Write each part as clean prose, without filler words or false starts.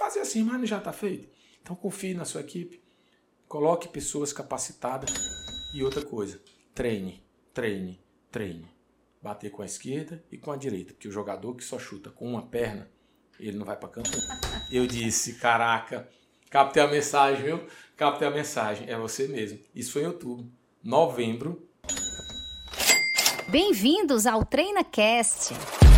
fazer assim, mas não já está feito. Então confie na sua equipe, coloque pessoas capacitadas e outra coisa, treine. Bater com a esquerda e com a direita, porque o jogador que só chuta com uma perna, ele não vai para campo. Eu disse, caraca, captei a mensagem, viu? Captei a mensagem, é você mesmo. Isso foi em outubro, novembro. Bem-vindos ao TreinaCast.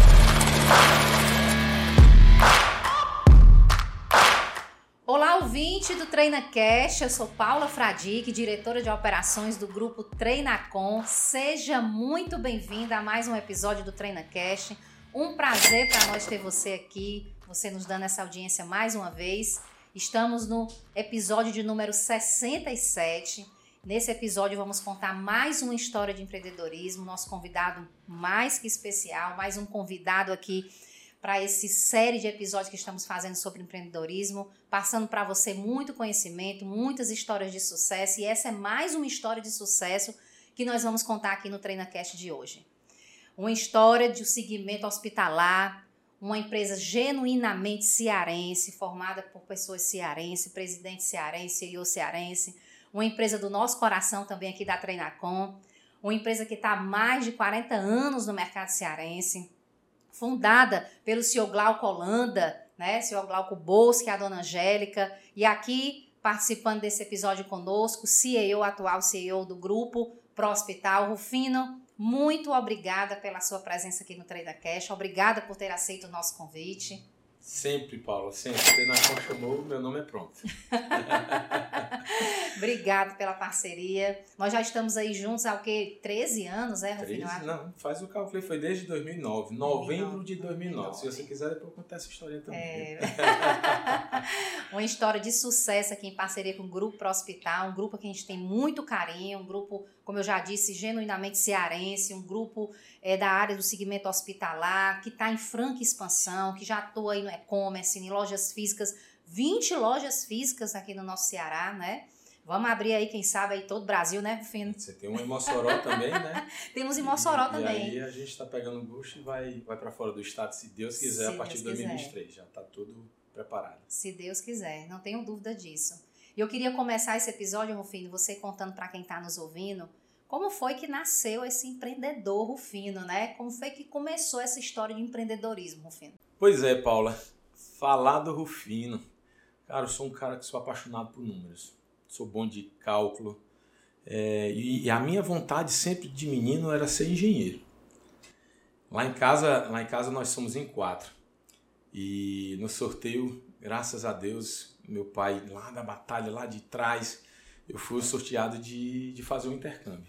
Olá, ouvinte do TreinaCast, eu sou Paula Fradique, diretora de operações do grupo Treinacom. Seja muito bem-vinda a mais um episódio do TreinaCast. Um prazer para nós ter você aqui, você nos dando essa audiência mais uma vez. Estamos no episódio de número 67. Nesse episódio vamos contar mais uma história de empreendedorismo. Nosso convidado mais que especial, mais um convidado aqui para essa série de episódios que estamos fazendo sobre empreendedorismo, passando para você muito conhecimento, muitas histórias de sucesso, e essa é mais uma história de sucesso que nós vamos contar aqui no TreinaCast de hoje. Uma história de um segmento hospitalar, uma empresa genuinamente cearense, formada por pessoas cearenses, presidente cearense, CEO cearense, uma empresa do nosso coração também aqui da Treinacom, uma empresa que está há mais de 40 anos no mercado cearense, fundada pelo senhor Glauco Holanda, né? Senhor Glauco Bolso, que é a dona Angélica, e aqui participando desse episódio conosco, atual CEO do grupo Pro Hospital. Rufino, muito obrigada pela sua presença aqui no TreinaCast, obrigada por ter aceito o nosso convite. Sempre, Paula, sempre. O Treinacom chamou, meu nome é pronto. Obrigado pela parceria. Nós já estamos aí juntos há o quê? 13 anos, é, Rufino? 13? Não, faz o cálculo, foi desde 2009, novembro de 2009. Se você quiser, depois eu contar essa história também. Uma história de sucesso aqui em parceria com o Grupo Pro Hospital, um grupo que a gente tem muito carinho, um grupo, como eu já disse, genuinamente cearense, um grupo da área do segmento hospitalar, que está em franca expansão, que já atua aí no e-commerce, em lojas físicas, 20 lojas físicas aqui no nosso Ceará, né? Vamos abrir aí, quem sabe, aí todo o Brasil, né, Rufino? Você tem uma em Mossoró também, né? Temos em Mossoró também. E aí a gente está pegando o gosto e vai para fora do estado, se Deus quiser, a partir de 2023. Já está tudo preparado. Se Deus quiser, não tenho dúvida disso. E eu queria começar esse episódio, Rufino, você contando para quem está nos ouvindo, como foi que nasceu esse empreendedor, Rufino, né? Como foi que começou essa história de empreendedorismo, Rufino? Pois é, Paula. Falar do Rufino. Cara, eu sou um cara que sou apaixonado por números. Sou bom de cálculo. E a minha vontade sempre de menino era ser engenheiro. Lá em casa nós somos em 4. E no sorteio, graças a Deus, meu pai lá da batalha, lá de trás, eu fui sorteado de fazer um intercâmbio.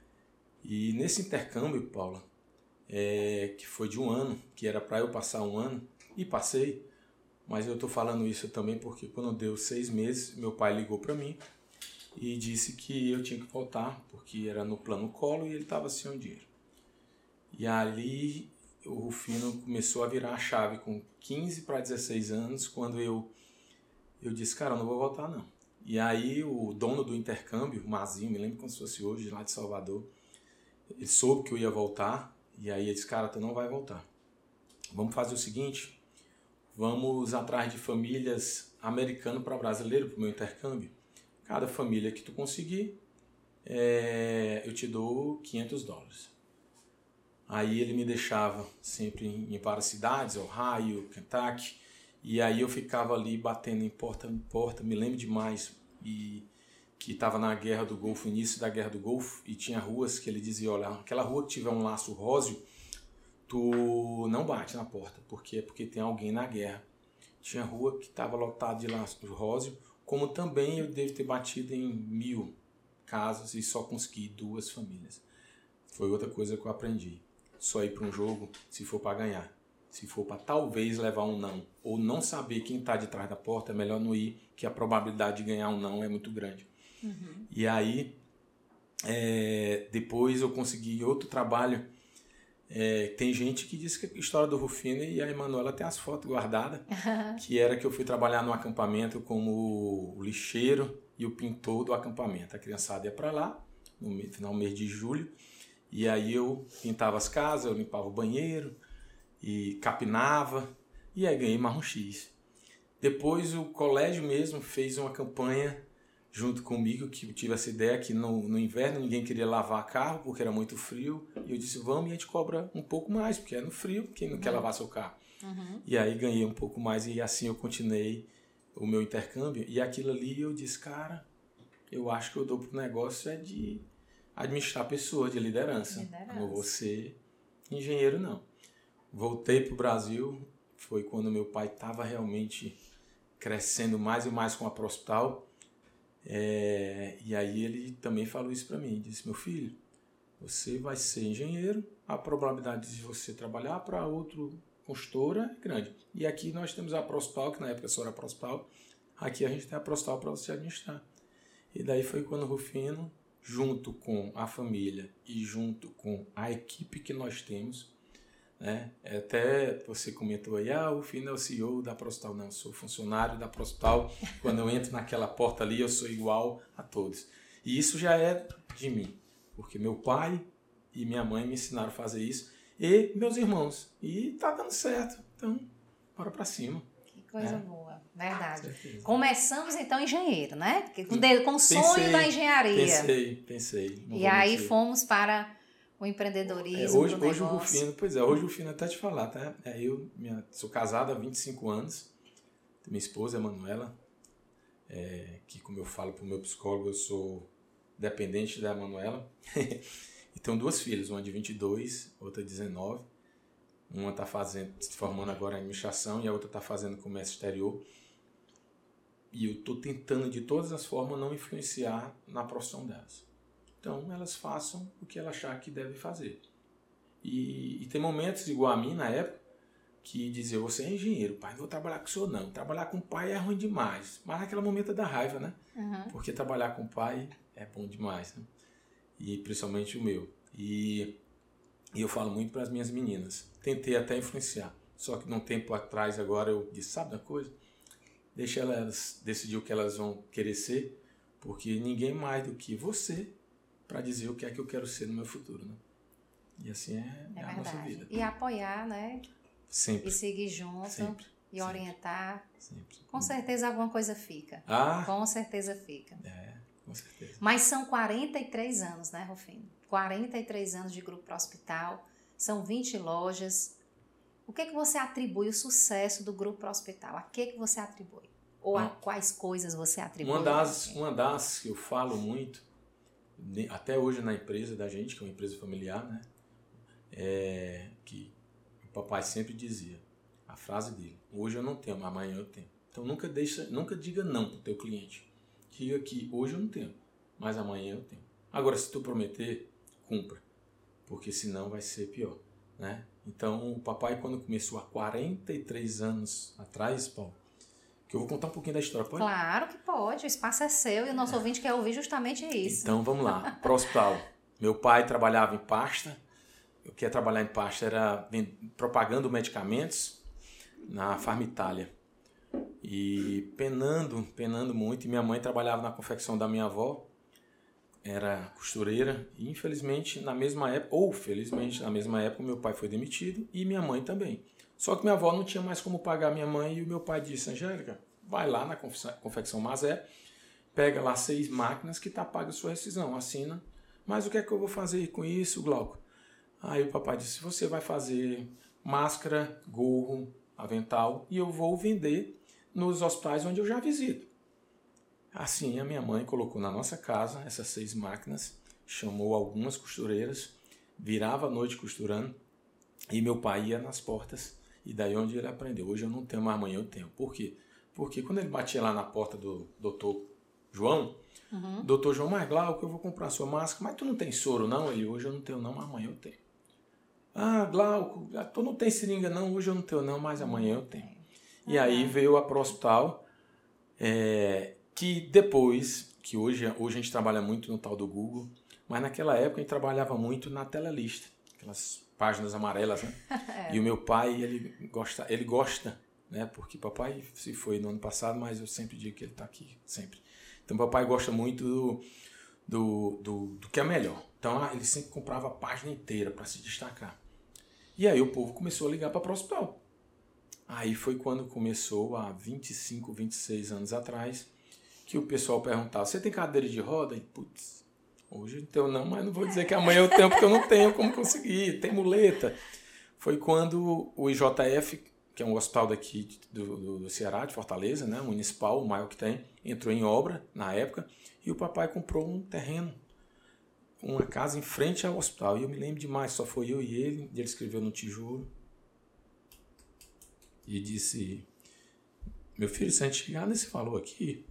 E nesse intercâmbio, Paula, que foi de um ano, que era para eu passar um ano, e passei, mas eu estou falando isso também porque quando deu 6 meses, meu pai ligou para mim e disse que eu tinha que voltar, porque era no plano Collor e ele estava sem o dinheiro. E ali o Rufino começou a virar a chave com 15 para 16 anos, quando eu disse, cara, eu não vou voltar não. E aí o dono do intercâmbio, o Mazinho, me lembro como se fosse hoje, lá de Salvador, ele soube que eu ia voltar, e aí ele disse, cara, tu não vai voltar. Vamos fazer o seguinte, vamos atrás de famílias americanas para brasileiro, para o meu intercâmbio. Cada família que tu conseguir, eu te dou $500. Aí ele me deixava sempre em várias cidades, Ohio, Kentucky, e aí eu ficava ali batendo em porta em porta, me lembro demais, e que estava na Guerra do Golfo, início da Guerra do Golfo, e tinha ruas que ele dizia, olha, aquela rua que tiver um laço róseo, tu não bate na porta, porque tem alguém na guerra. Tinha rua que estava lotada de laço róseo, como também eu devo ter batido em 1000 casas e só consegui 2 famílias. Foi outra coisa que eu aprendi. Só ir para um jogo se for para ganhar. Se for para talvez levar um não, ou não saber quem está de trás da porta, é melhor não ir, que a probabilidade de ganhar um não é muito grande. Uhum. E aí, depois eu consegui outro trabalho. Tem gente que diz que a história do Rufino, e a Emanuela tem as fotos guardadas, que era que eu fui trabalhar no acampamento como o lixeiro e o pintor do acampamento. A criançada ia para lá, no final do mês de julho, e aí eu pintava as casas, eu limpava o banheiro, e capinava, e aí ganhei marrom X. Depois o colégio mesmo fez uma campanha junto comigo, que eu tive essa ideia que no inverno ninguém queria lavar carro porque era muito frio. E eu disse, vamos, e a gente cobra um pouco mais, porque é no frio, quem não quer lavar seu carro. E aí ganhei um pouco mais e assim eu continuei o meu intercâmbio. E aquilo ali eu disse, cara, eu acho que eu dou pro negócio é de administrar pessoas, de liderança. Não vou ser engenheiro, não. Voltei pro Brasil, foi quando meu pai estava realmente crescendo mais e mais com a ProHospital. E aí ele também falou isso para mim, disse, meu filho, você vai ser engenheiro, a probabilidade de você trabalhar para outro consultora é grande. E aqui nós temos a ProHospital, que na época só era a ProHospital, aqui a gente tem a ProHospital para você administrar. E daí foi quando o Rufino, junto com a família e junto com a equipe que nós temos, né? Até você comentou aí, o Rufino é o CEO da ProHospital. Não, eu sou funcionário da ProHospital. Quando eu entro naquela porta ali, eu sou igual a todos. E isso já é de mim, porque meu pai e minha mãe me ensinaram a fazer isso, e meus irmãos. E tá dando certo. Então, bora pra cima. Que coisa boa, verdade. Certeza. Começamos então engenheiro, né? Com o sonho da engenharia. Pensei. E aí fomos para o empreendedorismo, hoje o Rufino, hoje o Rufino até te falar, tá? Sou casado há 25 anos, minha esposa é a Manuela, que como eu falo para o meu psicólogo, eu sou dependente da Manuela, e tenho 2 filhas, uma de 22, outra de 19, uma está se formando agora em administração e a outra está fazendo comércio exterior, e eu estou tentando de todas as formas não influenciar na profissão delas. Então, elas façam o que ela achar que deve fazer. E tem momentos, igual a mim, na época, que dizia, você é engenheiro, pai, não vou trabalhar com o senhor, não. Trabalhar com o pai é ruim demais. Mas naquele momento é da raiva, né? Porque trabalhar com o pai é bom demais, né? E principalmente o meu. E eu falo muito para as minhas meninas. Tentei até influenciar. Só que num tempo atrás, agora, eu disse, sabe uma coisa? Deixa elas decidir o que elas vão querer ser, porque ninguém mais do que você para dizer o que é que eu quero ser no meu futuro, né? E assim é a nossa vida. E apoiar, né? Sempre. E seguir junto. Sempre. E orientar. Sempre. Com certeza alguma coisa fica. Com certeza fica. Com certeza. Mas são 43 anos, né, Rufino? 43 anos de Grupo ProHospital. São 20 lojas. O que você atribui o sucesso do Grupo ProHospital? A que você atribui? Ou a quais coisas você atribui? Uma das que eu falo muito, até hoje na empresa da gente, que é uma empresa familiar, né? Que o papai sempre dizia, a frase dele, hoje eu não tenho, mas amanhã eu tenho. Então nunca diga não para o teu cliente. Diga que hoje eu não tenho, mas amanhã eu tenho. Agora, se tu prometer, cumpra, porque senão vai ser pior, né? Então, o papai, quando começou há 43 anos atrás, Paulo, que eu vou contar um pouquinho da história, pode? Claro que pode, o espaço é seu e o nosso ouvinte quer ouvir justamente isso. Então, vamos lá. ProHospital. Meu pai trabalhava em pasta. Eu queria trabalhar em pasta, era propagando medicamentos na Farmitália. E penando muito. E minha mãe trabalhava na confecção da minha avó, era costureira. E infelizmente, na mesma época, ou felizmente, na mesma época, meu pai foi demitido e minha mãe também. Só que minha avó não tinha mais como pagar minha mãe e o meu pai disse, Angélica, vai lá na confecção Mazé, pega lá 6 máquinas que tá paga a sua rescisão, assina. Mas o que é que eu vou fazer com isso, Glauco? Aí o papai disse, você vai fazer máscara, gorro, avental e eu vou vender nos hospitais onde eu já visito. Assim, a minha mãe colocou na nossa casa essas 6 máquinas, chamou algumas costureiras, virava a noite costurando e meu pai ia nas portas e daí onde ele aprendeu. Hoje eu não tenho, mas amanhã eu tenho. Por quê? Porque quando ele batia lá na porta do doutor João, doutor João, mas Glauco, eu vou comprar a sua máscara, mas tu não tem soro não? Ele, hoje eu não tenho não, mas amanhã eu tenho. Ah, Glauco, tu não tem seringa não, hoje eu não tenho não, mas amanhã eu tenho. E aí veio a ProHospital, que depois, que hoje a gente trabalha muito no tal do Google, mas naquela época a gente trabalhava muito na Telelista, aquelas páginas amarelas, né? E o meu pai, ele gosta, né? Porque papai se foi no ano passado, mas eu sempre digo que ele está aqui, sempre. Então papai gosta muito do que é melhor. Então ele sempre comprava a página inteira para se destacar. E aí o povo começou a ligar para a ProHospital. Aí foi quando começou, há 25, 26 anos atrás, que o pessoal perguntava, você tem cadeira de roda? E, putz, hoje eu tenho não, mas não vou dizer que amanhã eu tenho, porque eu não tenho como conseguir, tem muleta. Foi quando o IJF, que é um hospital daqui do Ceará, de Fortaleza, né, municipal, o maior que tem, entrou em obra na época, e o papai comprou um terreno, uma casa em frente ao hospital. E eu me lembro demais, só foi eu e ele escreveu no tijolo e disse, meu filho, se a gente chegar nesse valor aqui,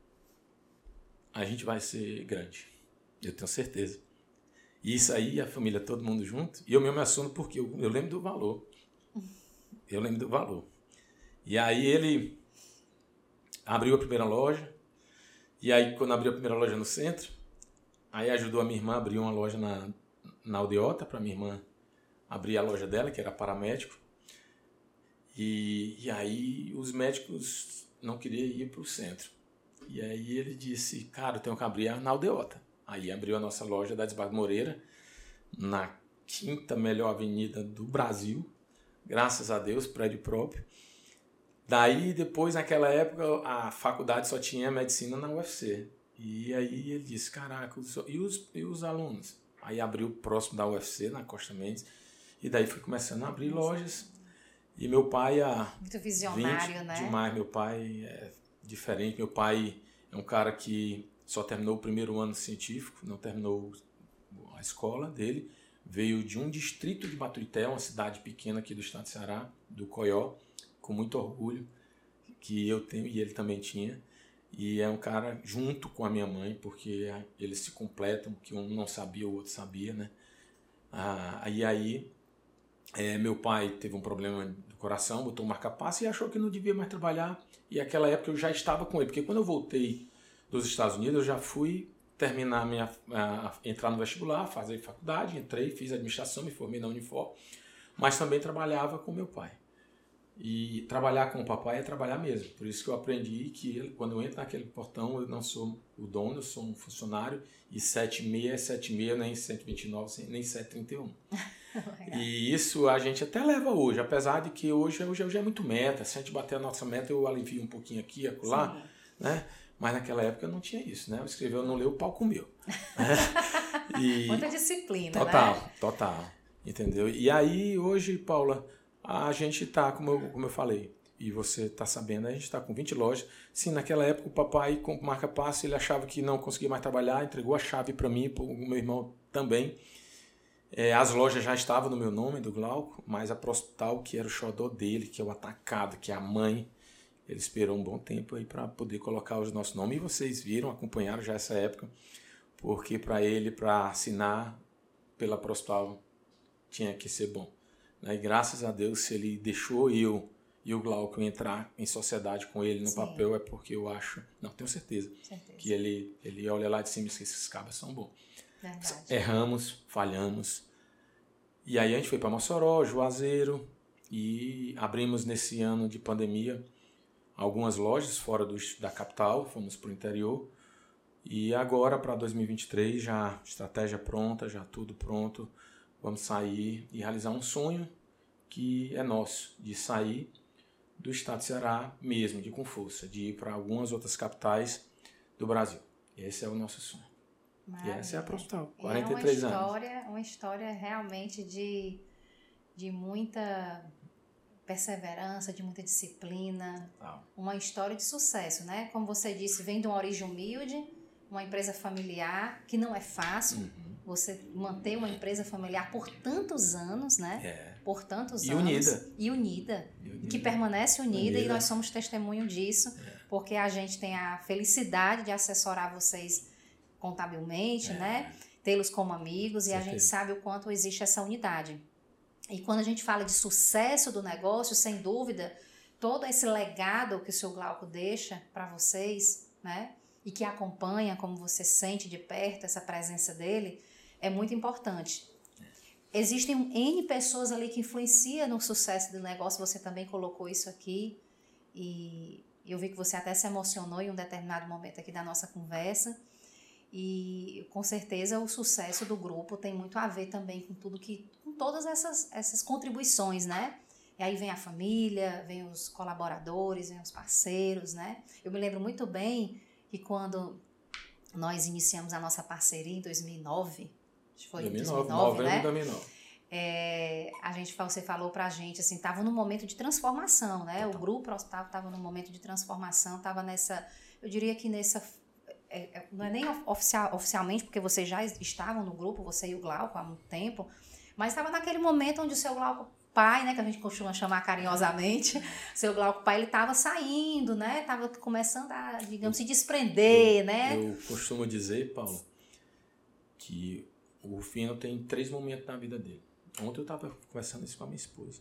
a gente vai ser grande, eu tenho certeza. E isso aí, a família, todo mundo junto, e eu me emociono porque eu lembro do valor. Eu lembro do valor. E aí ele abriu a primeira loja, e aí quando abriu a primeira loja no centro, aí ajudou a minha irmã a abrir uma loja na Aldeota, para minha irmã abrir a loja dela, que era paramédico. E aí os médicos não queriam ir para o centro. E aí ele disse, cara, eu tenho que abrir na Aldeota. Aí abriu a nossa loja da Desbargo Moreira, na 5ª melhor avenida do Brasil, graças a Deus, prédio próprio. Daí, depois, naquela época, a faculdade só tinha medicina na UFC. E aí ele disse, caraca, e os alunos? Aí abriu próximo da UFC, na Costa Mendes, e daí foi começando a abrir lojas. E meu pai... Muito visionário, 20, né? Demais, meu pai é diferente. Meu pai é um cara que só terminou o primeiro ano científico, não terminou a escola dele. Veio de um distrito de Baturité, uma cidade pequena aqui do estado de Ceará, do Coió, com muito orgulho, que eu tenho e ele também tinha. E é um cara junto com a minha mãe, porque eles se completam, que um não sabia, o outro sabia, né? Meu pai teve um problema do coração, botou um marca-passo e achou que não devia mais trabalhar. E naquela época eu já estava com ele, porque quando eu voltei dos Estados Unidos, eu já fui terminar entrar no vestibular, fazer faculdade, entrei, fiz administração, me formei na Unifor, mas também trabalhava com meu pai. E trabalhar com o papai é trabalhar mesmo. Por isso que eu aprendi que quando eu entro naquele portão, eu não sou o dono, eu sou um funcionário, e 7,6 é 7,6, nem 129, nem 7,31. E isso a gente até leva hoje, apesar de que hoje é muito meta. Se a gente bater a nossa meta, eu alivio um pouquinho aqui, acolá, né? Mas naquela época não tinha isso, né? Eu escrevi, eu não leio, o pau comeu. Muita disciplina, total, né? Total, entendeu? E aí, hoje, Paula, a gente tá, como eu falei, e você tá sabendo, a gente tá com 20 lojas. Sim, naquela época o papai, com marca-passo, ele achava que não conseguia mais trabalhar, entregou a chave para mim, para o meu irmão também. As lojas já estavam no meu nome, do Glauco, mas a Prospital, que era o xodó dele, que é o atacado, que é a mãe, ele esperou um bom tempo aí para poder colocar os nossos nomes. E vocês viram, acompanharam já essa época, porque para ele, para assinar pela Prospital, tinha que ser bom. E graças a Deus, se ele deixou eu e o Glauco entrar em sociedade com ele no Sim. papel, é porque eu acho, não, tenho certeza. Que ele olha lá de cima e diz que esses cabras são bons. Verdade. Erramos, falhamos. E aí a gente foi para Mossoró, Juazeiro, e abrimos nesse ano de pandemia algumas lojas fora da capital, fomos para o interior. E agora, para 2023, já estratégia pronta, já tudo pronto. Vamos sair e realizar um sonho que é nosso, de sair do estado de Ceará mesmo, de com força, de ir para algumas outras capitais do Brasil. Esse é o nosso sonho. Maravilha. E essa é a Prospital, 43 anos. Uma história realmente de muita perseverança, de muita disciplina, uma história de sucesso, né? Como você disse, vem de uma origem humilde, uma empresa familiar, que não é fácil, você manter uma empresa familiar por tantos anos, né? Por tantos anos. E unida. Que permanece unida, e nós somos testemunho disso, porque a gente tem a felicidade de assessorar vocês contabilmente, né? Tê-los como amigos, e a gente sabe o quanto existe essa unidade. E quando a gente fala de sucesso do negócio, sem dúvida, todo esse legado que o seu Glauco deixa para vocês, né? E que acompanha, como você sente de perto essa presença dele, é muito importante. Existem N pessoas ali que influenciam no sucesso do negócio, você também colocou isso aqui, e eu vi que você até se emocionou em um determinado momento aqui da nossa conversa. E com certeza o sucesso do grupo tem muito a ver também com tudo com todas essas contribuições, né? E aí vem a família, vem os colaboradores, vem os parceiros, né? Eu me lembro muito bem que quando nós iniciamos a nossa parceria em 2009, acho que foi 2009, 2009, né? novembro de 2009. Você falou pra gente, assim, tava num momento de transformação, né? Total. O grupo Prostavo tava num momento de transformação, tava nessa, eu diria que nessa, não é nem oficialmente, porque vocês já estavam no grupo, você e o Glauco há muito tempo, mas estava naquele momento onde o seu Glauco pai, né, que a gente costuma chamar carinhosamente, seu Glauco pai, ele estava saindo, né? Tava começando a, digamos, se desprender, né? Eu costumo dizer, Paulo, que o Rufino tem 3 momentos na vida dele. Ontem eu estava conversando isso com a minha esposa.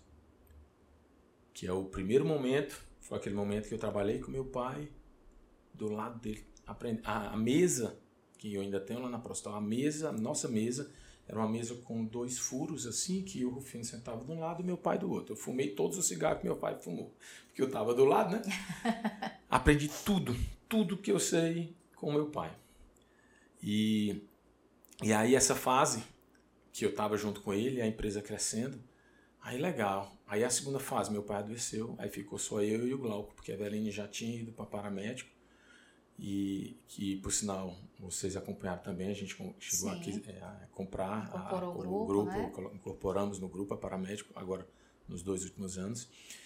Que é o primeiro momento, foi aquele momento que eu trabalhei com meu pai, do lado dele. A mesa, que eu ainda tenho lá na Prostal, a nossa mesa, era uma mesa com 2 furos assim, que o Rufino sentava de um lado e meu pai do outro. Eu fumei todos os cigarros que meu pai fumou, porque eu estava do lado, né? Aprendi tudo que eu sei com meu pai. E aí essa fase que eu estava junto com ele, a empresa crescendo, aí legal. Aí a segunda fase, meu pai adoeceu, aí ficou só eu e o Glauco, porque a Eveline já tinha ido para paramédico, e que, por sinal, vocês acompanharam também, a gente chegou a comprar o grupo, né? Incorporamos no grupo a paramédico, agora nos 2 últimos anos.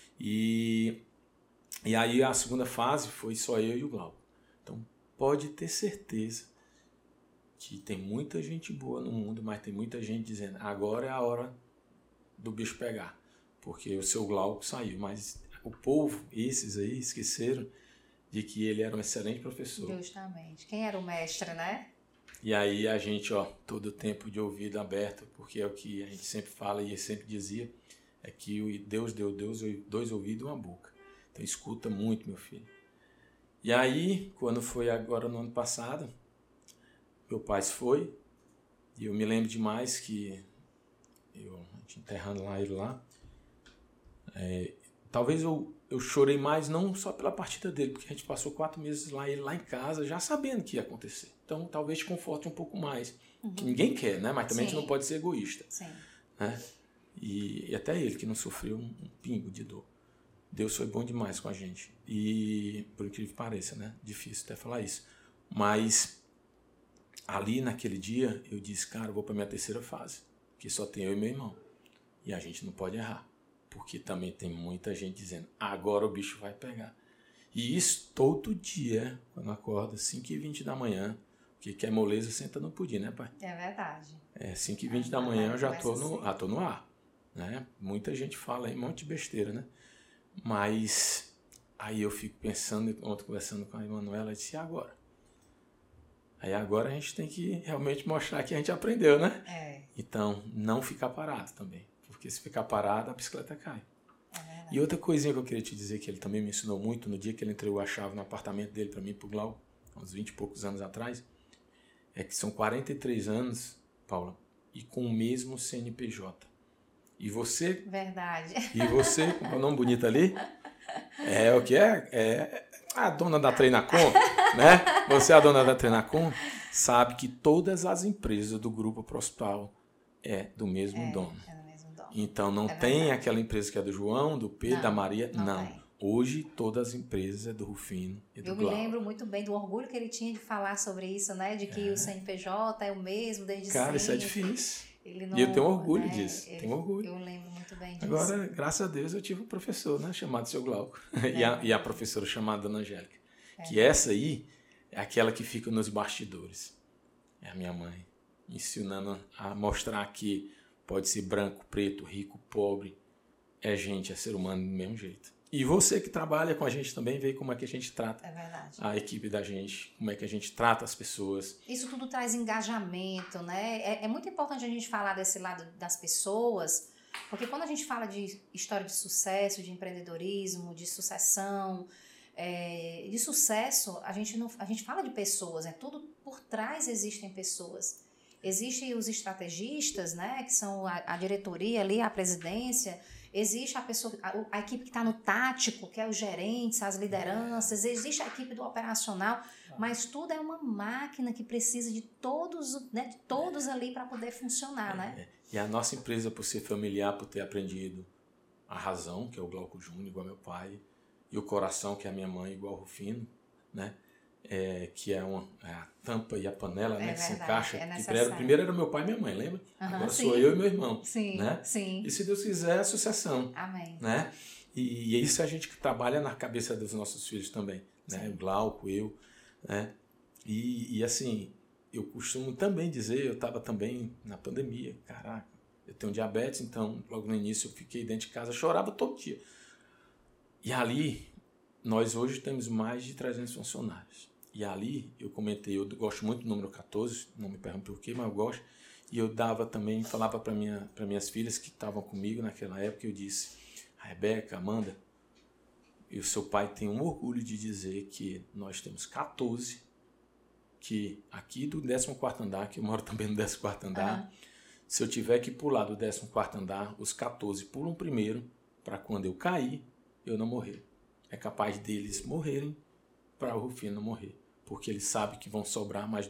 E aí a segunda fase foi só eu e o Glauco. Então pode ter certeza que tem muita gente boa no mundo, mas tem muita gente dizendo, agora é a hora do bicho pegar, porque o seu Glauco saiu, mas o povo, esses aí, esqueceram de que ele era um excelente professor. Justamente. Quem era o mestre, né? E aí a gente, todo o tempo de ouvido aberto, porque é o que a gente sempre fala e sempre dizia, é que Deus deu 2 ouvidos e 1 boca. Então escuta muito, meu filho. E aí, quando foi agora no ano passado, meu pai se foi, e eu me lembro demais que a gente enterrando ele lá, talvez eu chorei mais não só pela partida dele, porque a gente passou 4 meses ele lá em casa, já sabendo o que ia acontecer. Então talvez te conforte um pouco mais, que ninguém quer, né? Mas também a gente não pode ser egoísta. Sim. Né? E até ele que não sofreu um pingo de dor. Deus foi bom demais com a gente. E por incrível que pareça, né? Difícil até falar isso. Mas ali naquele dia eu disse, cara, eu vou para minha 3ª fase, que só tem eu e meu irmão. E a gente não pode errar, porque também tem muita gente dizendo, agora o bicho vai pegar. E isso todo dia, quando acorda, 5h20 da manhã, porque quer moleza, senta no pudim, né, pai? É verdade. 5h20 da manhã eu já tô no ar. Né? Muita gente fala aí, um monte de besteira, né? Mas aí eu fico pensando, ontem conversando com a Emanuela, ela disse, e agora? Aí agora a gente tem que realmente mostrar que a gente aprendeu, né? Então, não ficar parado também. Porque se ficar parado, a bicicleta cai. E outra coisinha que eu queria te dizer, que ele também me ensinou muito, no dia que ele entregou a chave no apartamento dele para mim e pro Glauco, uns 20 e poucos anos atrás, é que são 43 anos, Paula, e com o mesmo CNPJ. E você... Verdade. E você, com o nome bonito ali, é o que é? É a dona da Treinacom, né? Você é a dona da Treinacom, sabe que todas as empresas do Grupo Prostal é do mesmo dono. É do mesmo dono. Então não tem aquela empresa que é do João, do Pedro, da Maria, não. Tem. Hoje todas as empresas é do Rufino e do Glauco. Eu me lembro muito bem do orgulho que ele tinha de falar sobre isso, né? De que o CNPJ é o mesmo desde sempre. Cara, isso é difícil. Não, e eu tenho orgulho disso. Tenho orgulho. Eu lembro muito bem disso. Agora, graças a Deus, eu tive um professor, né, chamado Seu Glauco. E a professora chamada Dona Angélica. Que essa aí é aquela que fica nos bastidores. É a minha mãe. Ensinando a mostrar que pode ser branco, preto, rico, pobre. É gente, é ser humano do mesmo jeito. E você que trabalha com a gente também vê como é que a gente trata a equipe da gente, como é que a gente trata as pessoas. Isso tudo traz engajamento, né? É muito importante a gente falar desse lado das pessoas, porque quando a gente fala de história de sucesso, de empreendedorismo, de sucessão, de sucesso, a gente fala de pessoas, tudo por trás existem pessoas. Existem os estrategistas, né, que são a diretoria ali, a presidência. Existe a equipe que está no tático, que é os gerentes, as lideranças. Existe a equipe do operacional, mas tudo é uma máquina que precisa de todos, né, de todos ali para poder funcionar, né? E a nossa empresa, por ser familiar, por ter aprendido a razão, que é o Glauco Júnior, igual meu pai, e o coração, que é a minha mãe, igual o Rufino, né? Que é a tampa e a panela, né? Que se encaixa. Primeiro era meu pai e minha mãe, lembra? Agora sou eu e meu irmão. Sim, né? sim. E se Deus quiser, é sucessão. Amém. Né? E é isso a gente que trabalha na cabeça dos nossos filhos também. Né? O Glauco, eu. Né? E assim, eu costumo também dizer, eu estava também na pandemia, caraca, eu tenho diabetes, então logo no início eu fiquei dentro de casa, chorava todo dia. E ali, nós hoje temos mais de 300 funcionários. E ali, eu comentei, eu gosto muito do número 14, não me pergunte por quê, mas eu gosto. E eu dava também, falava para minhas filhas que estavam comigo naquela época, eu disse, Rebeca, Amanda, e o seu pai tem um orgulho de dizer que nós temos 14, que aqui do 14º andar, que eu moro também no 14º andar, se eu tiver que pular do 14º andar, os 14 pulam primeiro, para quando eu cair, eu não morrer. É capaz deles morrerem para o Rufino não morrer, porque ele sabe que vão sobrar mais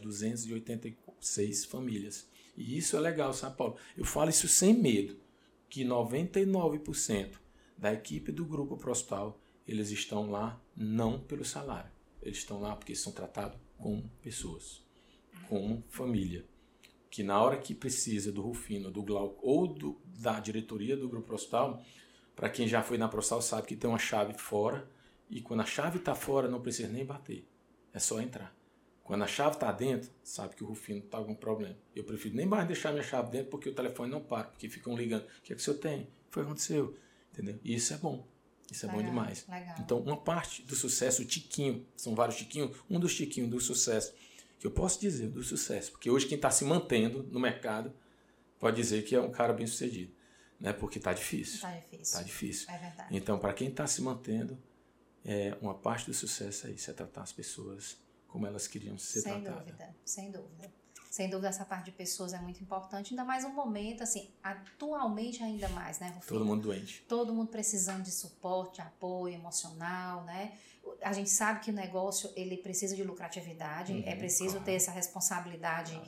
286 famílias. E isso é legal, sabe, Paulo? Eu falo isso sem medo, que 99% da equipe do Grupo Prostal, eles estão lá não pelo salário. Eles estão lá porque são tratados como pessoas, como família. Que na hora que precisa do Rufino, do Glauco ou da diretoria do Grupo Prostal, para quem já foi na Prostal sabe que tem uma chave fora, e quando a chave está fora não precisa nem bater, é só entrar. Quando a chave está dentro, sabe que o Rufino está com algum problema. Eu prefiro nem mais deixar minha chave dentro porque o telefone não para, porque ficam ligando. O que é que o senhor tem? O que aconteceu? Entendeu? E isso é bom. Isso é bom demais. Legal. Então, uma parte do sucesso, o tiquinho, são vários tiquinhos, um dos tiquinhos do sucesso, que eu posso dizer do sucesso, porque hoje quem está se mantendo no mercado pode dizer que é um cara bem sucedido, né? Porque está difícil. Está difícil. É verdade. Então, para quem está se mantendo, uma parte do sucesso é isso, é tratar as pessoas como elas queriam ser tratadas. Sem dúvida. Sem dúvida, essa parte de pessoas é muito importante, ainda mais um momento, assim, atualmente ainda mais, né, Rufino? Todo mundo doente. Todo mundo precisando de suporte, apoio emocional, né? A gente sabe que o negócio, ele precisa de lucratividade, é preciso ter essa responsabilidade.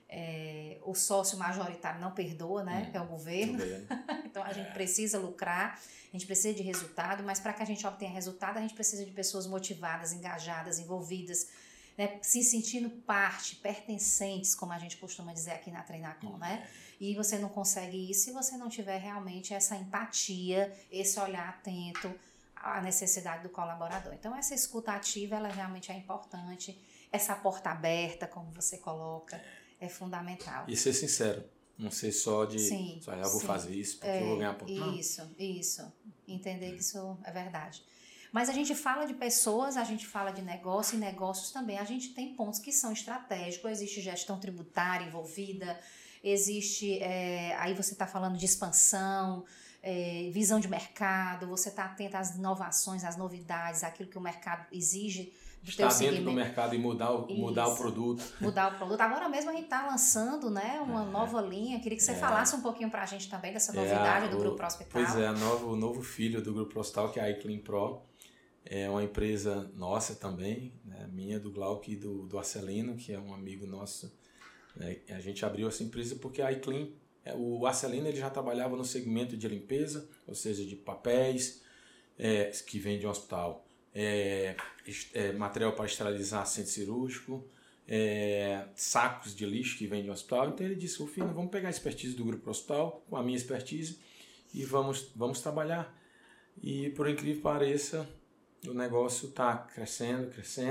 O sócio majoritário não perdoa, né? Que é o governo. Então, a gente precisa lucrar, a gente precisa de resultado, mas para que a gente obtenha resultado, a gente precisa de pessoas motivadas, engajadas, envolvidas, né, se sentindo parte, pertencentes, como a gente costuma dizer aqui na Treinacom, né? E você não consegue isso se você não tiver realmente essa empatia, esse olhar atento à necessidade do colaborador. Então, essa escuta ativa, ela realmente é importante. Essa porta aberta, como você coloca, é fundamental. E ser sincero. Não ser só de, eu vou fazer isso porque eu vou ganhar ponto. Isso. Entender que isso é verdade. Mas a gente fala de pessoas, a gente fala de negócio e negócios também. A gente tem pontos que são estratégicos, existe gestão tributária envolvida, existe, aí você está falando de expansão, visão de mercado, você está atento às inovações, às novidades, aquilo que o mercado exige do teu segmento. Estar dentro do mercado e mudar o produto. Mudar o produto. Agora mesmo a gente está lançando, né, uma nova linha. Queria que você falasse um pouquinho para a gente também dessa novidade do Grupo Prostal. Pois é, o novo filho do Grupo Prostal, que é a iClean Pro. É uma empresa nossa também, né, minha, do Glauco e do Arcelino, que é um amigo nosso. Né, a gente abriu essa empresa porque a iClean, o Arcelino, ele já trabalhava no segmento de limpeza, ou seja, de papéis que vem de um hospital, material para esterilizar centro cirúrgico, sacos de lixo que vem de um hospital. Então ele disse, Rufino, vamos pegar a expertise do Grupo Hospital com a minha expertise e vamos trabalhar. E por incrível que pareça, o negócio está crescendo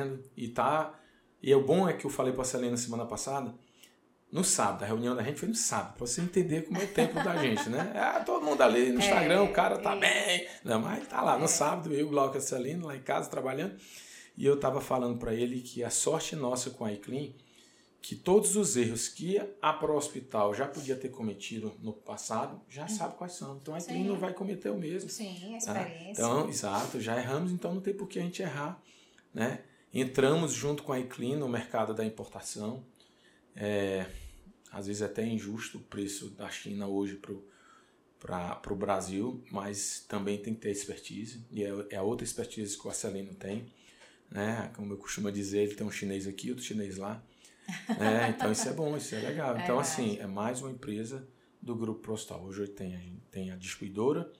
e o bom é que eu falei para a Celina semana passada, no sábado, a reunião da gente foi no sábado, para você entender como é o tempo da gente, né? Todo mundo ali no Instagram, o cara tá bem, não, mas tá lá no sábado, eu, o Glauco e a Celina, lá em casa trabalhando, e eu tava falando para ele que a sorte nossa com a iClean, que todos os erros que a Pro Hospital já podia ter cometido no passado, já sabe quais são. Então a iClean não vai cometer o mesmo. Sim, a experiência. Então, exato, já erramos, então não tem por que a gente errar. Né? Entramos junto com a iClean no mercado da importação. Às vezes é até injusto o preço da China hoje para o Brasil, mas também tem que ter expertise. E é a outra expertise que o Arcelino tem. Né? Como eu costumo dizer, ele tem um chinês aqui, outro chinês lá. Então isso é bom, isso é legal. Então assim, é mais uma empresa do Grupo Prostal. Hoje a gente tem a distribuidora,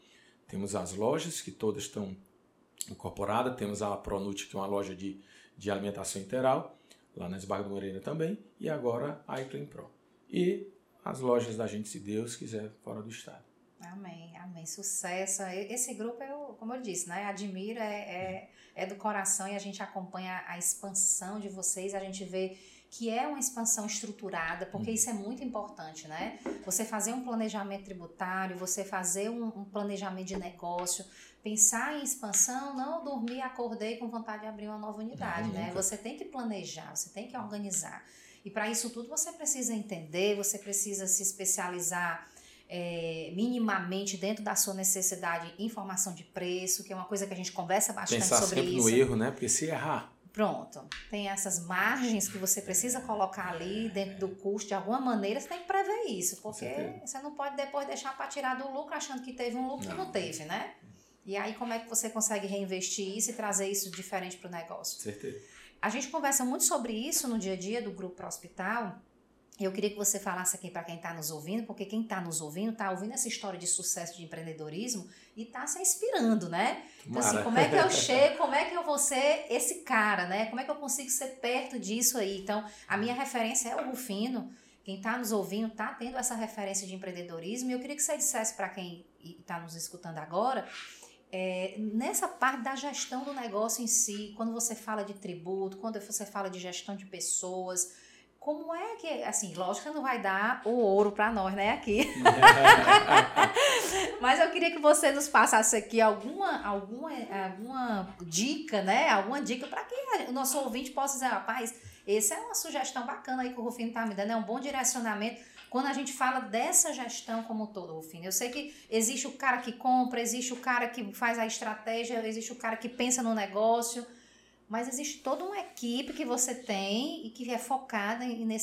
Temos as lojas, que todas estão incorporadas. Temos a Pronut, que é uma loja de alimentação integral, lá na Esbarra do Moreira também. E agora a iClean Pro. E as lojas da gente, se Deus quiser, fora do estado. Amém, amém. Sucesso. Esse grupo, como eu disse, né? Admiro, é do coração, e a gente acompanha a expansão de vocês, a gente vê que é uma expansão estruturada, porque isso é muito importante, né? Você fazer um planejamento tributário, você fazer um planejamento de negócio, pensar em expansão, não dormir, acordei com vontade de abrir uma nova unidade, né? Você tem que planejar, você tem que organizar. E para isso tudo você precisa entender, você precisa se especializar minimamente dentro da sua necessidade em informação de preço, que é uma coisa que a gente conversa bastante Pensar sobre sempre isso. no erro, né? Porque se errar... Pronto, tem essas margens que você precisa colocar ali dentro do custo, de alguma maneira você tem que prever isso, porque você não pode depois deixar para tirar do lucro achando que teve um lucro que não teve, né? E aí como é que você consegue reinvestir isso e trazer isso diferente para o negócio? Certeza. A gente conversa muito sobre isso no dia a dia do Grupo Pro Hospital. Eu queria que você falasse aqui para quem está nos ouvindo, porque quem está nos ouvindo está ouvindo essa história de sucesso de empreendedorismo e está se inspirando, né? Então, assim, como é que eu chego, como é que eu vou ser esse cara, né? Como é que eu consigo ser perto disso aí? Então, a minha referência é o Rufino. Quem está nos ouvindo está tendo essa referência de empreendedorismo. E eu queria que você dissesse para quem está nos escutando agora, nessa parte da gestão do negócio em si, quando você fala de tributo, quando você fala de gestão de pessoas... Como é que, assim, lógico que não vai dar o ouro para nós, né, aqui. Mas eu queria que você nos passasse aqui alguma dica, né, alguma dica para que o nosso ouvinte possa dizer, rapaz, essa é uma sugestão bacana aí que o Rufino está me dando, é um bom direcionamento quando a gente fala dessa gestão como um todo, Rufino. Eu sei que existe o cara que compra, existe o cara que faz a estratégia, existe o cara que pensa no negócio, mas existe toda uma equipe que você tem e que é focada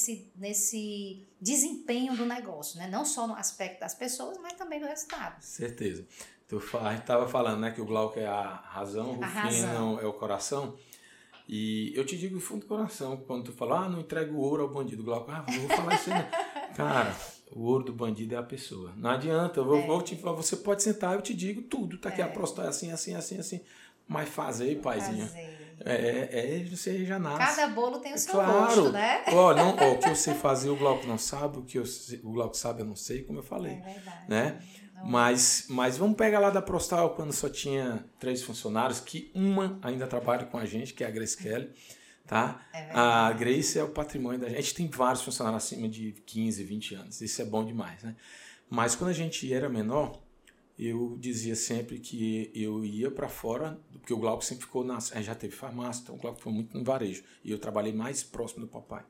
nesse desempenho do negócio, né? Não só no aspecto das pessoas, mas também do resultado. Certeza. A gente estava falando, né, que o Glauco é a razão, o Rufino é o coração. E eu te digo do fundo do coração, quando tu fala, não entrega o ouro ao bandido. O Glauco, vou falar isso aí. Cara, o ouro do bandido é a pessoa. Não adianta, vou te falar, você pode sentar, eu te digo tudo. Tá aqui a próstata, assim. Mas fazer, paizinho. Você já nasce. Cada bolo tem o seu gosto, né? O que eu sei fazer, o Glauco não sabe. O Glauco sabe, eu não sei, como eu falei. É verdade. Né? Mas vamos pegar lá da Prostal, quando só tinha 3 funcionários, que uma ainda trabalha com a gente, que é a Grace Kelly. Tá? A Grace é o patrimônio da gente. A gente tem vários funcionários acima de 15, 20 anos. Isso é bom demais, né? Mas quando a gente era menor, eu dizia sempre que eu ia para fora, porque o Glauco sempre ficou já teve farmácia, então o Glauco foi muito no varejo, e eu trabalhei mais próximo do papai.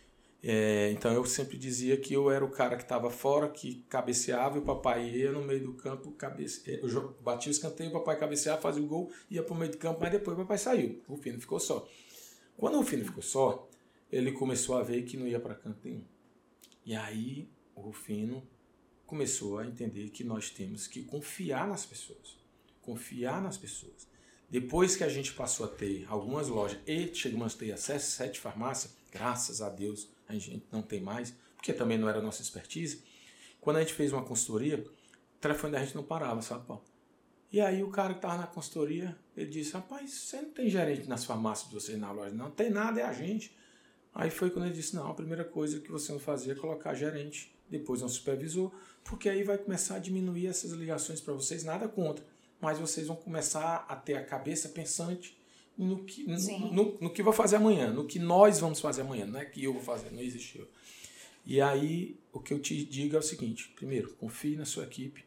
Então eu sempre dizia que eu era o cara que estava fora, que cabeceava, e o papai ia no meio do campo, eu batia o escanteio, o papai cabeceava, fazia o gol, ia para o meio do campo, mas depois o papai saiu, o Rufino ficou só. Quando o Rufino ficou só, ele começou a ver que não ia para canto nenhum. E aí o Rufino começou a entender que nós temos que confiar nas pessoas. Confiar nas pessoas. Depois que a gente passou a ter algumas lojas e chegamos a ter acesso a 7 farmácias, graças a Deus a gente não tem mais, porque também não era a nossa expertise. Quando a gente fez uma consultoria, o telefone da gente não parava, sabe, Paulo? E aí o cara que estava na consultoria, ele disse, rapaz, você não tem gerente nas farmácias de vocês na loja? Não tem nada, é a gente. Aí foi quando ele disse, não, a primeira coisa que você não fazia é colocar gerente, depois um supervisor, porque aí vai começar a diminuir essas ligações para vocês, nada contra, mas vocês vão começar a ter a cabeça pensante no que vou fazer amanhã, no que nós vamos fazer amanhã, não é que eu vou fazer, não existe eu. E aí o que eu te digo é o seguinte, primeiro, confie na sua equipe,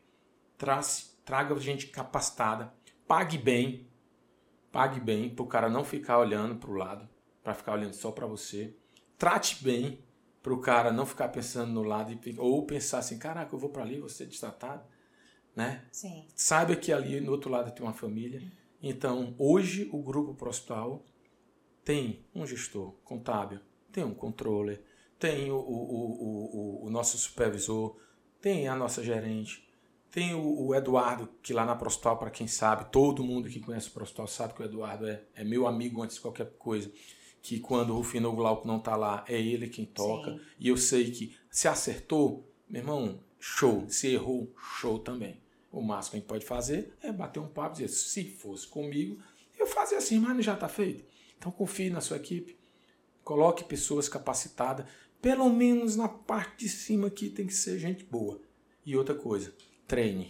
traga gente capacitada, pague bem para o cara não ficar olhando para o lado, para ficar olhando só para você, trate bem, para o cara não ficar pensando no lado ou pensar assim, caraca, eu vou para ali, vou ser destratado, né? Sim. Saiba que ali no outro lado tem uma família. Então, hoje o Grupo Pro Hospital tem um gestor contábil, tem um controller, tem o nosso supervisor, tem a nossa gerente, tem o Eduardo, que lá na Pro Hospital, para quem sabe, todo mundo que conhece o Pro Hospital sabe que o Eduardo é meu amigo antes de qualquer coisa. Que quando o Rufino ou o Glauco não está lá, é ele quem toca. Sim. E eu sei que se acertou, meu irmão, show. Se errou, show também. O máximo que a gente pode fazer é bater um papo e dizer, se fosse comigo, eu fazia assim, mas não já está feito. Então confie na sua equipe, coloque pessoas capacitadas, pelo menos na parte de cima aqui tem que ser gente boa. E outra coisa, treine.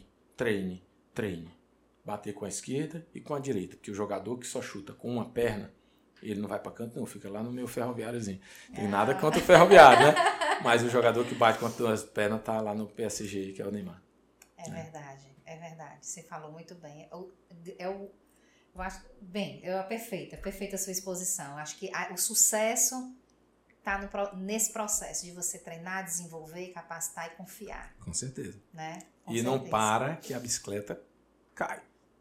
Bater com a esquerda e com a direita, porque o jogador que só chuta com uma perna, ele não vai para canto não, fica lá no meu ferroviáriozinho. Tem nada contra o ferroviário, né? Mas o jogador que bate com as duas pernas tá lá no PSG, que é o Neymar. É verdade. Você falou muito bem. Eu acho, bem, é perfeita a sua exposição. Eu acho que o sucesso está nesse processo de você treinar, desenvolver, capacitar e confiar. Com certeza. Né? Não para que a bicicleta cai.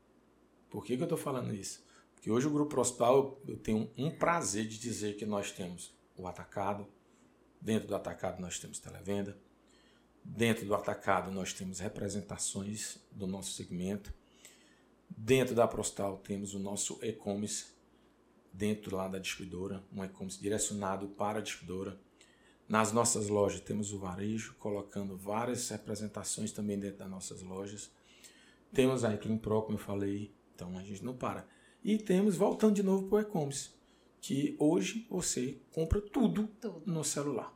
Por que eu estou falando isso? Porque hoje o Grupo Hospital, eu tenho um prazer de dizer que nós temos o atacado, dentro do atacado nós temos televenda, dentro do atacado nós temos representações do nosso segmento, dentro da Prostal temos o nosso e-commerce, dentro lá da distribuidora, um e-commerce direcionado para a distribuidora. Nas nossas lojas temos o varejo, colocando várias representações também dentro das nossas lojas. Temos a Clean Pro, como eu falei, então a gente não para. E temos, voltando de novo para o e-commerce, que hoje você compra tudo no celular.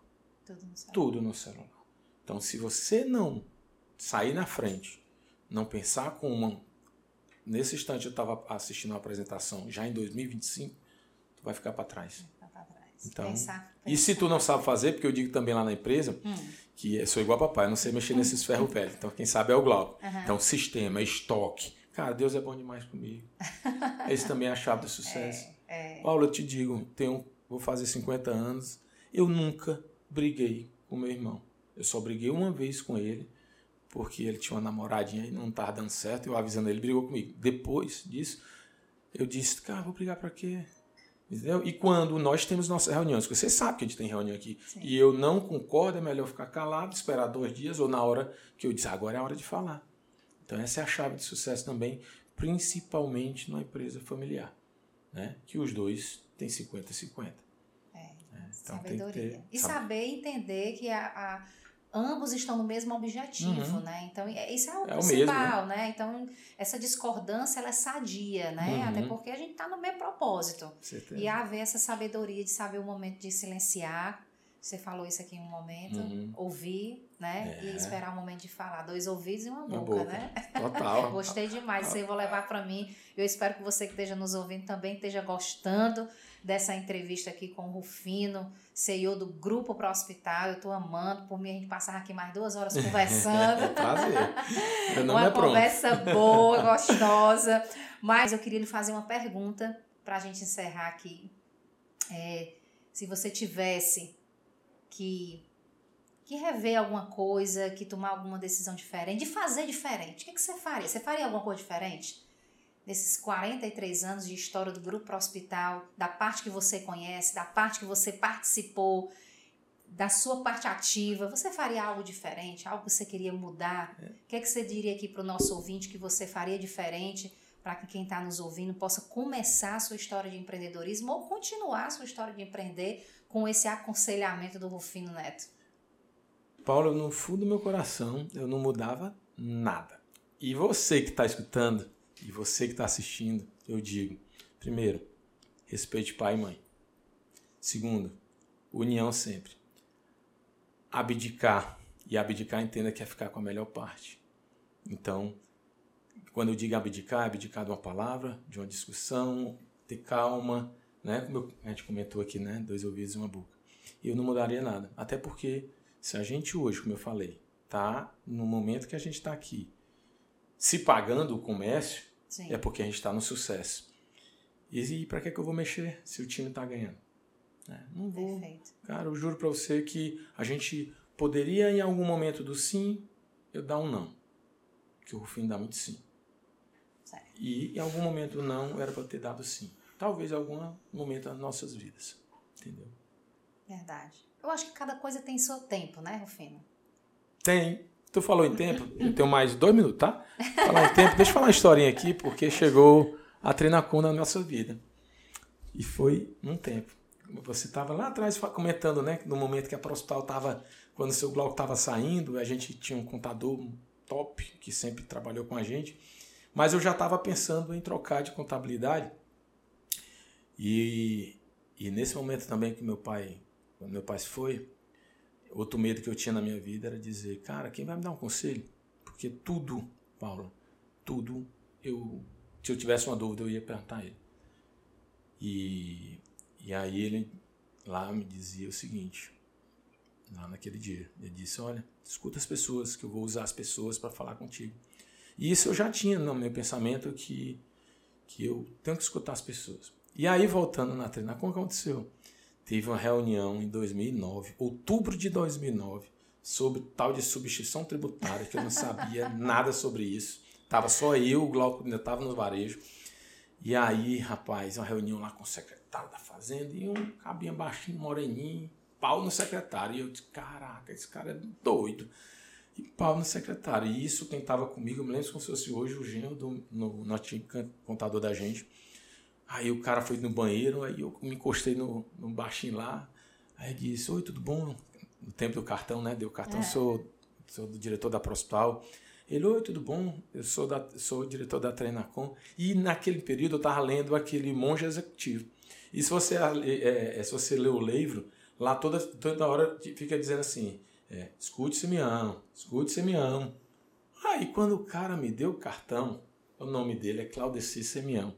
Tudo no celular. Então, se você não sair na frente, não pensar com uma... Nesse instante eu estava assistindo uma apresentação, já em 2025, tu vai ficar para trás. Então, pensar. E se tu não sabe fazer, porque eu digo também lá na empresa, que eu sou igual a papai, eu não sei mexer nesses ferros velhos. Então, quem sabe é o Glauco. Então, sistema, estoque. Cara, Deus é bom demais comigo. Esse também é a chave do sucesso. Paulo, eu te digo, vou fazer 50 anos, eu nunca briguei com meu irmão. Eu só briguei uma vez com ele, porque ele tinha uma namoradinha e não estava dando certo. Eu avisando ele, brigou comigo. Depois disso, eu disse, cara, vou brigar para quê? Entendeu? E quando nós temos nossas reuniões, porque você sabe que a gente tem reunião aqui, sim, e eu não concordo, é melhor ficar calado, esperar 2 dias, ou na hora que eu disse, agora é a hora de falar. Então essa é a chave de sucesso também, principalmente numa empresa familiar, né? Que os dois têm 50-50. Então, sabedoria. E saber entender que ambos estão no mesmo objetivo, né? Então, isso é o principal, mesmo, né? Então, essa discordância, ela é sadia, né? Até porque a gente está no mesmo propósito. Certeza. E haver essa sabedoria de saber o momento de silenciar. Você falou isso aqui em um momento. Ouvir, né? E esperar o momento de falar. 2 ouvidos e uma boca, né? Total. Gostei demais. Isso aí eu vou levar para mim. Eu espero que você que esteja nos ouvindo também esteja gostando dessa entrevista aqui com o Rufino, CEO do Grupo Pro Hospital. Eu estou amando. Por mim, a gente passava aqui mais 2 horas conversando. Prazer. Uma conversa boa, gostosa. Mas eu queria lhe fazer uma pergunta para a gente encerrar aqui. Se você tivesse que rever alguma coisa, que tomar alguma decisão diferente, de fazer diferente, o que você faria? Você faria alguma coisa diferente? Nesses 43 anos de história do Grupo Pro Hospital, da parte que você conhece, da parte que você participou, da sua parte ativa, você faria algo diferente? Algo que você queria mudar? O que você diria aqui para o nosso ouvinte que você faria diferente para que quem está nos ouvindo possa começar a sua história de empreendedorismo ou continuar a sua história de empreender com esse aconselhamento do Rufino Neto? Paulo, no fundo do meu coração, eu não mudava nada. E você que está escutando, e você que está assistindo, eu digo, primeiro, respeite pai e mãe. Segundo, união sempre. Abdicar. E abdicar, entenda que é ficar com a melhor parte. Então, quando eu digo abdicar, é abdicar de uma palavra, de uma discussão, ter calma, né? Como a gente comentou aqui, né? 2 ouvidos e uma boca. Eu não mudaria nada. Até porque, se a gente hoje, como eu falei, tá no momento que a gente está aqui, se pagando o comércio, sim, é porque a gente está no sucesso. E para que eu vou mexer se o time está ganhando? Não vou. Perfeito. Cara, eu juro para você que a gente poderia, em algum momento do sim, eu dar um não. Que o Rufino dá muito sim. Certo. E em algum momento o não era para ter dado sim. Talvez em algum momento das nossas vidas. Entendeu? Verdade. Eu acho que cada coisa tem seu tempo, né, Rufino? Tem. Tu falou em tempo, eu tenho mais 2 minutos, tá? Falar em tempo, deixa eu falar uma historinha aqui, porque chegou a Treinacom na nossa vida. E foi um tempo. Você estava lá atrás comentando, né? No momento que a Prostal estava, quando o seu Glauco estava saindo, a gente tinha um contador top, que sempre trabalhou com a gente, mas eu já estava pensando em trocar de contabilidade. E nesse momento também que quando meu pai se foi, outro medo que eu tinha na minha vida era dizer, cara, quem vai me dar um conselho? Porque tudo, Paulo, tudo, se eu tivesse uma dúvida, eu ia perguntar a ele. E aí ele lá me dizia o seguinte, lá naquele dia, ele disse, olha, escuta as pessoas, que eu vou usar as pessoas para falar contigo. E isso eu já tinha no meu pensamento que eu tenho que escutar as pessoas. E aí, voltando na Treinacom, o que aconteceu? Teve uma reunião em 2009, outubro de 2009, sobre tal de substituição tributária, que eu não sabia nada sobre isso. Tava só eu, o Glauco ainda estava no varejo. E aí, rapaz, uma reunião lá com o secretário da Fazenda e um cabinha baixinho, moreninho, pau no secretário. E eu disse, caraca, esse cara é doido. E pau no secretário. E isso, quem estava comigo, eu me lembro como se fosse hoje o genro no antigo contador da gente. Aí o cara foi no banheiro, aí eu me encostei no baixinho lá. Aí ele disse, oi, tudo bom? No tempo do cartão, né? Deu cartão, sou do diretor da Prospal. Ele, oi, tudo bom? Eu sou o diretor da Treinacom. E naquele período eu estava lendo aquele Monge Executivo. E se você ler o livro, lá toda hora fica dizendo assim, escute se me ama, escute se me ama. Aí quando o cara me deu o cartão, o nome dele é Claudeci Semião.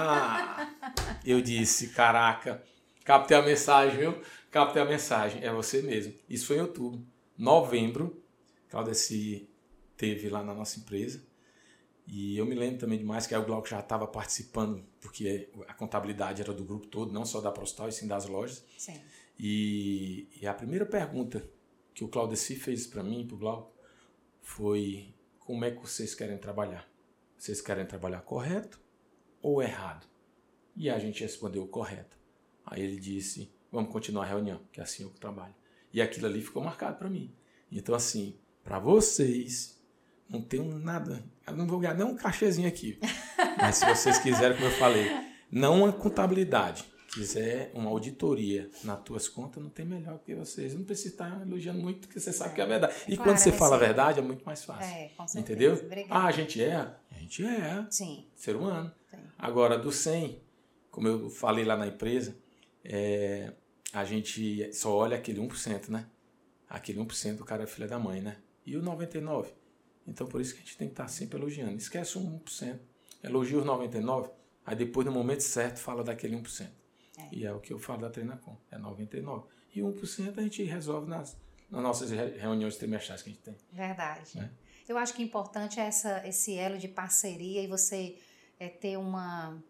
Eu disse, caraca, captei a mensagem, viu? Captei a mensagem, é você mesmo. Isso foi em outubro. Novembro, Claudeci teve lá na nossa empresa. E eu me lembro também demais que aí o Glauco já estava participando, porque a contabilidade era do grupo todo, não só da Prostal, e sim das lojas. Sim. E a primeira pergunta que o Claudeci fez para mim, para o Glauco, foi, como é que vocês querem trabalhar? Vocês querem trabalhar correto ou errado? E a gente respondeu correto. Aí ele disse, vamos continuar a reunião, que é assim eu trabalho. E aquilo ali ficou marcado para mim. Então, assim, para vocês, não tenho nada, eu não vou ganhar nem um cachezinho aqui. Mas se vocês quiserem, como eu falei, não uma contabilidade, quiser uma auditoria nas tuas contas, não tem melhor que vocês. Não precisa estar elogiando muito, porque você sabe que é verdade. E claro, quando você fala a verdade, é muito mais fácil. Com certeza. Entendeu? Obrigada. A gente erra? A gente erra. Sim. Ser humano. Sim. Agora, do 100, como eu falei lá na empresa, a gente só olha aquele 1%, né? Aquele 1% do cara é filha da mãe, né? E o 99%? Então, por isso que a gente tem que estar sempre elogiando. Esquece o 1%. Elogia os 99%. Aí depois, no momento certo, fala daquele 1%. E é o que eu falo da Treinacom, é 99%. E 1% a gente resolve nas nossas reuniões trimestrais que a gente tem. Verdade. Né? Eu acho que importante é esse elo de parceria e você ter uma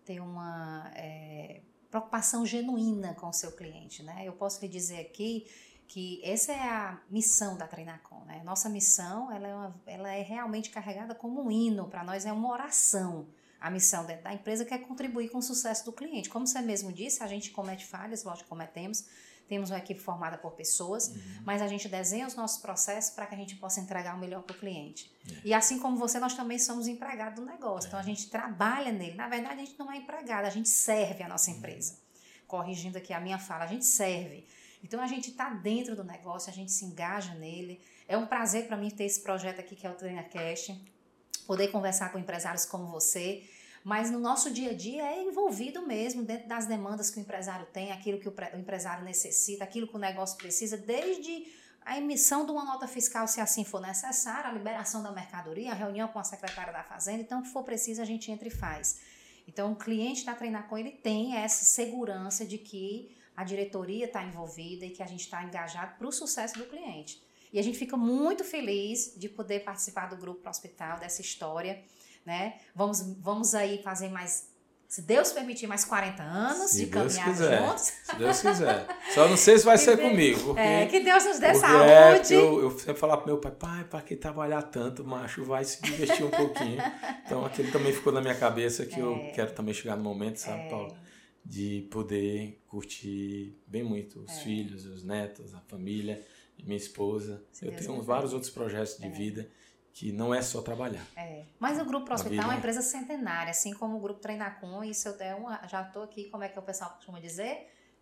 preocupação genuína com o seu cliente. Né? Eu posso lhe dizer aqui que essa é a missão da Treinacom. Né? Nossa missão ela é realmente carregada como um hino, para nós é uma oração. A missão dentro da empresa que é contribuir com o sucesso do cliente. Como você mesmo disse, a gente comete falhas, lógico que cometemos, temos uma equipe formada por pessoas, mas a gente desenha os nossos processos para que a gente possa entregar o melhor para o cliente. E assim como você, nós também somos empregados do negócio, então a gente trabalha nele. Na verdade, a gente não é empregado, a gente serve a nossa empresa. Corrigindo aqui a minha fala, a gente serve. Então a gente está dentro do negócio, a gente se engaja nele. É um prazer para mim ter esse projeto aqui que é o TreinaCast, poder conversar com empresários como você, mas no nosso dia a dia é envolvido mesmo dentro das demandas que o empresário tem, aquilo que o empresário necessita, aquilo que o negócio precisa, desde a emissão de uma nota fiscal, se assim for necessário, a liberação da mercadoria, a reunião com a secretária da Fazenda, então, o que for preciso, a gente entra e faz. Então, o cliente da Treinacom, ele tem essa segurança de que a diretoria está envolvida e que a gente está engajado para o sucesso do cliente. E a gente fica muito feliz de poder participar do Grupo Prospital, dessa história, né? Vamos aí fazer mais, se Deus permitir, mais 40 anos de caminhada juntos. Se Deus quiser. Só não sei se vai ser comigo. Porque, que Deus nos dê saúde. Eu sempre falava pro meu pai, para que trabalhar tanto, macho, vai se divertir um pouquinho. Então, aquilo também ficou na minha cabeça que eu quero também chegar no momento, sabe, Paulo? De poder curtir bem muito os filhos, os netos, a família, minha esposa. Eu tenho vários outros projetos de vida que não é só trabalhar. Mas o Grupo Prospital é uma empresa centenária, assim como o Grupo Treinacom, isso já estou aqui, como é que o pessoal costuma dizer?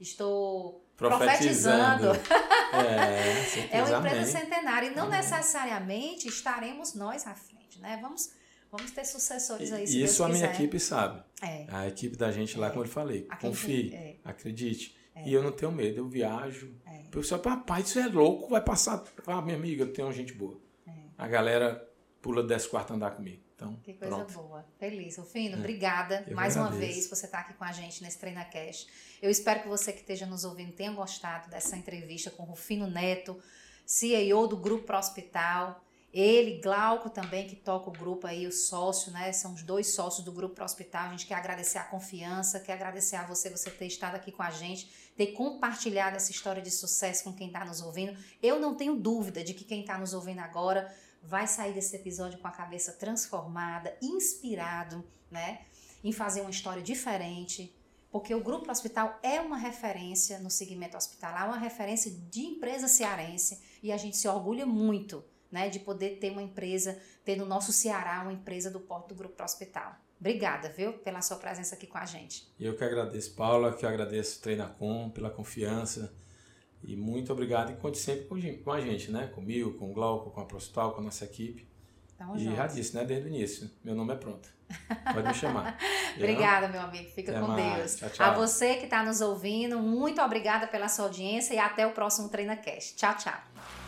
estou profetizando. É uma empresa centenária e não necessariamente estaremos nós à frente, né? Vamos ter sucessores aí, se Isso Deus a minha quiser. equipe sabe. A equipe da gente lá, como eu falei, confie, acredite. E eu não tenho medo, eu viajo. O pessoal, papai, isso é louco, vai passar. Minha amiga, eu tenho gente boa. A galera pula 14º andar comigo. Então, que coisa pronto. boa. Feliz. Rufino, obrigada Eu mais uma agradeço. vez por você estar aqui com a gente nesse TreinaCast. Eu espero que você que esteja nos ouvindo tenha gostado dessa entrevista com o Rufino Neto, CEO do Grupo Prospital. Ele, Glauco também, que toca o grupo aí, o sócio, né? São os 2 sócios do Grupo Prospital. A gente quer agradecer a confiança, quer agradecer a você ter estado aqui com a gente, ter compartilhado essa história de sucesso com quem está nos ouvindo. Eu não tenho dúvida de que quem está nos ouvindo agora vai sair desse episódio com a cabeça transformada, inspirado, né? Em fazer uma história diferente, porque o Grupo Prospital é uma referência no segmento hospitalar, uma referência de empresa cearense e a gente se orgulha muito, né, de poder ter uma empresa, ter no nosso Ceará uma empresa do porte do Grupo Prospital. Obrigada, viu, pela sua presença aqui com a gente. Eu que agradeço, Paula, que agradeço o Treinacom pela confiança e muito obrigado e conte sempre com a gente, né, comigo, com o Glauco, com a Prospital, com a nossa equipe. Tamo E junto. já disse, né, desde o início, meu nome é pronto. Pode me chamar. Obrigada, meu amigo. Fica Até com mais. Deus. Tchau, tchau. A você que está nos ouvindo, muito obrigada pela sua audiência e até o próximo TreinaCast. Tchau, tchau.